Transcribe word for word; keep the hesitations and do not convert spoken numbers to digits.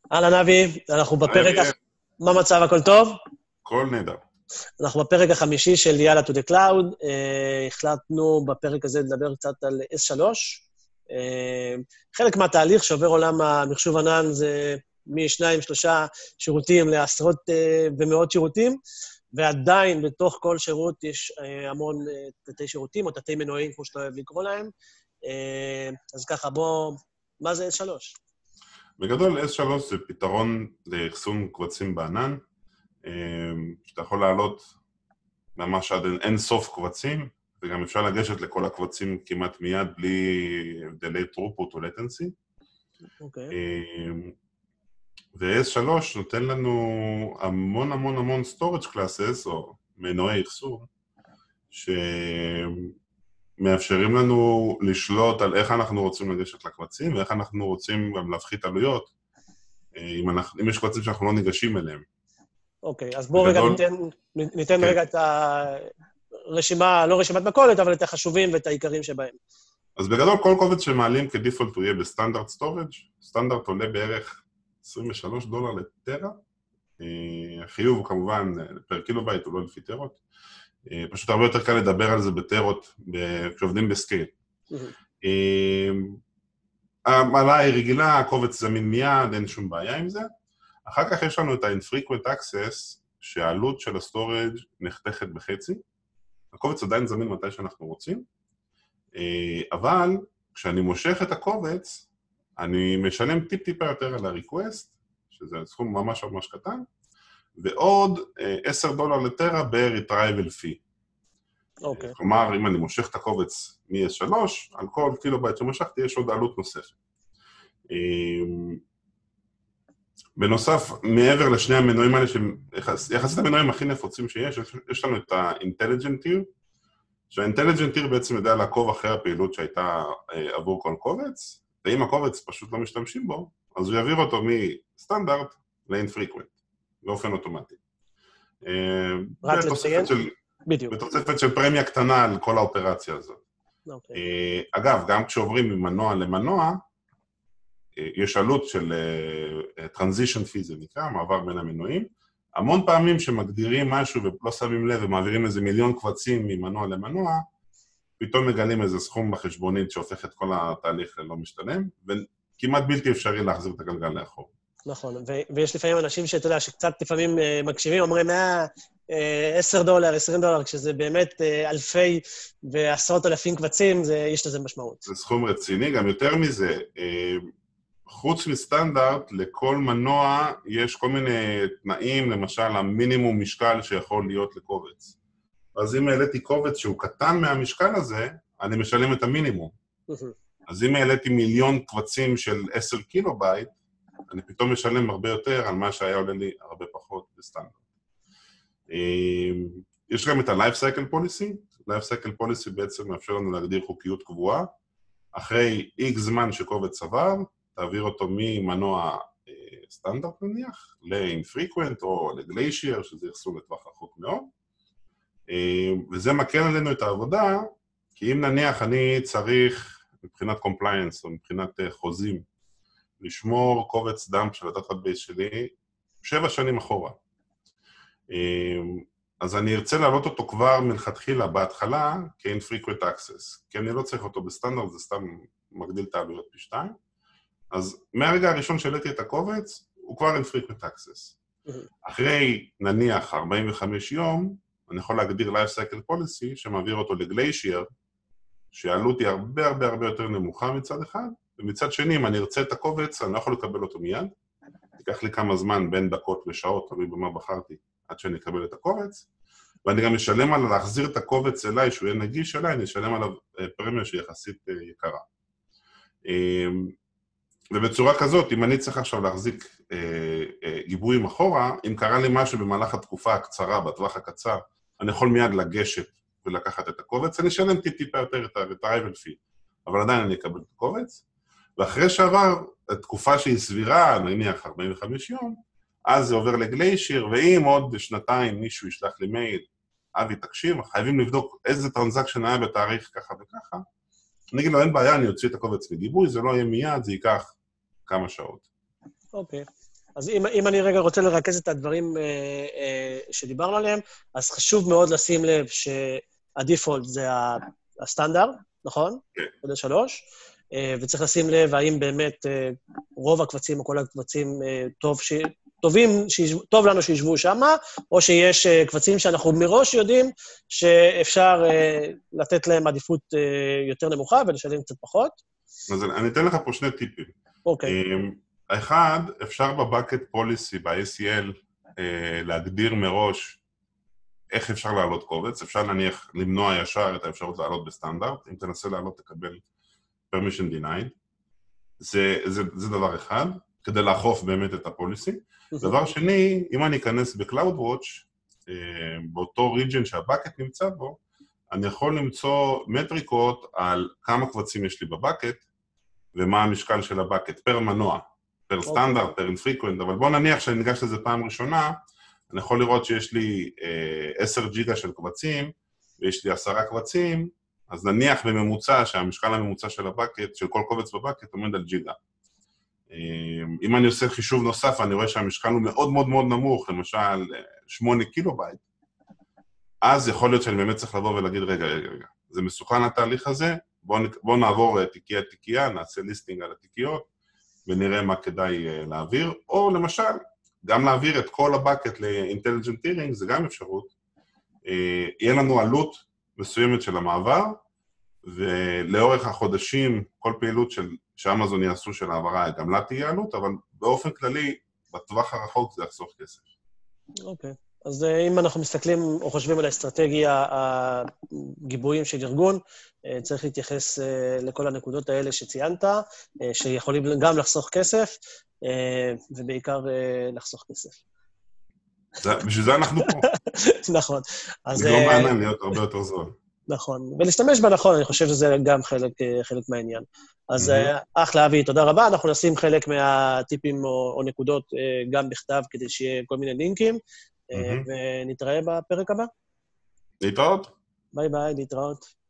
אהלן אבי, אנחנו בפרק... היי, הח- מה מצב, הכל טוב? הכל נהדר. אנחנו בפרק החמישי של יאללה to the cloud. אה, החלטנו בפרק הזה לדבר קצת על אס שלוש. אה, חלק מהתהליך שעובר עולם המחשוב ענן זה משניים, שלושה שירותים לעשרות אה, ומאות שירותים, ועדיין בתוך כל שירות יש אה, המון אה, תתי שירותים או תתי מנועים, כמו שאתה אוהב לקרוא להם. אה, אז ככה, בוא, מה זה אס שלוש? בגדול, אס שלוש זה פתרון לאחסון קבצים בענן, אה, שאתה יכול לעלות ממש עד אין סוף קבצים, וגם אפשר לגשת לכל הקבצים כמעט מיד בלי הבדלי throughput או latency. אוקיי. ו-אס שלוש נותן לנו המון המון המון storage classes, או מנועי אחסון, שמאפשרים לנו לשלוט על איך אנחנו רוצים לגשת לקבצים, ואיך אנחנו רוצים גם להפחית עלויות, אם, אנחנו, אם יש קבצים שאנחנו לא ניגשים אליהם. אוקיי, אז בואו רגע בגדול, ניתן, ניתן כן. רגע את הרשימה, לא רשימת מכולת, אבל את החשובים ואת העיקרים שבהם. אז בגדול כל קובץ שמעלים כדיפולט הוא יהיה בסטנדרט סטורג'. סטנדרט עולה בערך עשרים ושלושה דולר לטרה. החיוב הוא כמובן פר קילובייט, הוא לא לפי טרות. פשוט הרבה יותר קל לדבר על זה בטרות כשעובדים בסקייל. המעלה היא רגילה, הקובץ זמין מיד, אין שום בעיה עם זה. אחר כך יש לנו את ה-infrequent access, שהעלות של הסטורג' נחתכת בחצי. הקובץ עדיין זמין מתי שאנחנו רוצים, אבל כשאני מושך את הקובץ, אני משלם טיפ-טיפה יותר על ה-request, שזה סכום ממש ממש קטן, ועוד עשרה דולר לטרה ב-retrieval fee. אוקיי. כלומר, אם אני מושך את הקובץ מ-אס שלוש, על כל קילובייט שמשכתי יש עוד עלות נוספת. בנוסף, מעבר לשני המנועים האלה, יחסית המנועים הכי נפוצים שיש, יש לנו את ה-Intelligent Tier, שה-Intelligent Tier בעצם יודע לעקוב אחרי הפעילות שהייתה עבור כל קובץ, ואם הקובץ פשוט לא משתמשים בו, אז הוא יעביר אותו מסטנדרט ל-Infrequent, באופן אוטומטי. רק לציין? בדיוק. בתוספת של פרמיה קטנה על כל האופרציה הזאת. אוקיי. אגב, גם כשעוברים ממנוע למנוע, יש עלות של transition fee, זה נקרא, מעבר בין המנועים. המון פעמים שמגדירים משהו ולא שמים לב ומעבירים איזה מיליון קבצים ממנוע למנוע, פתאום מגלים איזה סכום בחשבונית שהופך את כל התהליך ללא משתלם, וכמעט בלתי אפשרי להחזיר את הגלגל לאחור. נכון, ו- ויש לפעמים אנשים שאתה יודע, שקצת לפעמים מקשיבים, אומרים, מה, עשרה דולר, עשרים דולר, כשזה באמת אלפי ועשרות אלפים קבצים, זה, יש לזה משמעות. זה סכום רציני, גם יותר מזה, חוץ מסטנדרט, לכל מנוע יש כל מיני תנאים, למשל המינימום משקל שיכול להיות לקובץ. אז אם העליתי קובץ שהוא קטן מהמשקל הזה, אני משלם את המינימום. אז אם העליתי מיליון קבצים של עשרה קילובייט, אני פתאום משלם הרבה יותר על מה שהיה עולה לי הרבה פחות בסטנדרט. יש גם את ה-Life Cycle Policy. Life Cycle Policy בעצם מאפשר לנו להגדיר חוקיות קבועה. אחרי X זמן שקובץ עבר, תעביר אותו ממנוע סטנדרט נניח, ל-infrequent או ל-glacier, שזה יחסו לטווח רחוק מאוד. וזה מקל עלינו את העבודה, כי אם נניח אני צריך, מבחינת compliance או מבחינת חוזים, לשמור קובץ דאמפ של הדאטה בייס שלי שבע שנים אחורה. אז אני ארצה להעלות אותו כבר מלכתחילה בהתחלה כ-infrequent access, כי אני לא צריך אותו בסטנדרט, זה סתם מגדיל את העלויות פי שתיים. אז מהרגע הראשון שהעליתי את הקובץ, הוא כבר infrequent access. אחרי נניח ארבעים וחמישה יום, אני יכול להגדיר life cycle policy שמעביר אותו לגליישייר, שהעלות היא הרבה הרבה הרבה יותר נמוכה מצד אחד, ומצד שני, אם אני ארצה את הקובץ, אני לא יכול לקבל אותו מיד. ייקח לי כמה זמן, בין דקות לשעות, תלוי במה בחרתי, עד שאני אקבל את הקובץ, ואני גם אשלם עליו להחזיר את הקובץ אליי, שהוא יהיה נגיש אליי, אני אשלם עליו פרמיה שהיא יחסית יקרה. ובצורה כזאת, אם אני צריך עכשיו להחזיק גיבויים אחורה, אם קרה לי משהו במהלך התקופה הקצרה, בטווח הקצר, אני יכול מיד לגשת ולקחת את הקובץ, אני אשלם טיפה יותר את ה-retrieval fee, אבל עדיין אני אקבל את הקובץ, ואחרי שעבר תקופה שהיא סבירה, נניח ארבעים וחמישה יום, אז זה עובר לגליישיר, ואם עוד בשנתיים מישהו ישלח לי מייל, אבי תקשיב, חייבים לבדוק איזה טרנזקשן היה בתאריך ככה וככה, אני אגיד לו, אין בעיה, אני אוציא את הקובץ לגיבוי, זה לא יהיה מיד, זה ייקח כמה שעות. אוקיי. אז אם, אם אני רגע רוצה לרכז את הדברים אה, אה, שדיברנו עליהם, אז חשוב מאוד לשים לב שהדיפולט זה הסטנדרט, נכון? כן. קוד שלוש, אה, וצריך לשים לב האם באמת אה, רוב הקבצים או כל הקבצים אה, טוב ש... טובים, שישב... טוב לנו שישבו שם, או שיש אה, קבצים שאנחנו מראש יודעים שאפשר אה, לתת להם עדיפות אה, יותר נמוכה ולשלם קצת פחות. אז אני אתן לך פה שני טיפים. אוקיי. האחד, אפשר בבקט פוליסי, ב-איי סי אל, להגדיר מראש איך אפשר לעלות קובץ. אפשר נניח למנוע ישר את האפשרות לעלות בסטנדרט. אם תנסה לעלות, תקבל permission denied. זה, זה, זה דבר אחד, כדי לאכוף באמת את הפוליסי. דבר שני, אם אני אכנס ב-CloudWatch, באותו ריג'ן שהבקט נמצא בו, אני יכול למצוא מטריקות על כמה קבצים יש לי בבקט, ומה המשקל של הבקט, פר מנוע, פר סטנדרט, פר אינפריקוונט, אבל בוא נניח שאני ניגש לזה פעם ראשונה, אני יכול לראות שיש לי עשרה ג'יגה של קבצים, ויש לי עשרה קבצים, אז נניח בממוצע שהמשקל הממוצע של הבקט, של כל קובץ בבקט, עומד על ג'יגה. אם אני עושה חישוב נוסף, אני רואה שהמשקל הוא מאוד מאוד מאוד נמוך, למשל שמונה קילו בייט, אז יכול להיות שאני באמת צריך לבוא ולהגיד, רגע, רגע, רגע, זה מסוכן התהליך הזה, בואו בוא נעבור תיקייה תיקייה, נעשה ליסטינג על התיקיות, ונראה מה כדאי להעביר, או למשל, גם להעביר את כל הבקט ל-Intelligent Tiering, זה גם אפשרות, יהיה לנו עלות מסוימת של המעבר, ולאורך החודשים, כל פעילות של, שאמזון יעשו של העברה, גם לה תהיה עלות, אבל באופן כללי, בטווח הרחוק זה יחסוך כסף. אוקיי. אז אם אנחנו מסתכלים או חושבים על האסטרטגיה, הגיבויים של ארגון, צריך להתייחס לכל הנקודות האלה שציינת, שיכולים גם לחסוך כסף, ובעיקר לחסוך כסף. בשביל זה אנחנו פה. נכון. זה לא מעניין להיות הרבה יותר זול. נכון, ולהשתמש בנכון, אני חושב שזה גם חלק, חלק מהעניין. אז אחלה, אבי, תודה רבה. אנחנו נשים חלק מהטיפים או, או נקודות גם בכתב, כדי שיהיה כל מיני לינקים, ונתראה בפרק הבא. להתראות. ביי ביי, להתראות.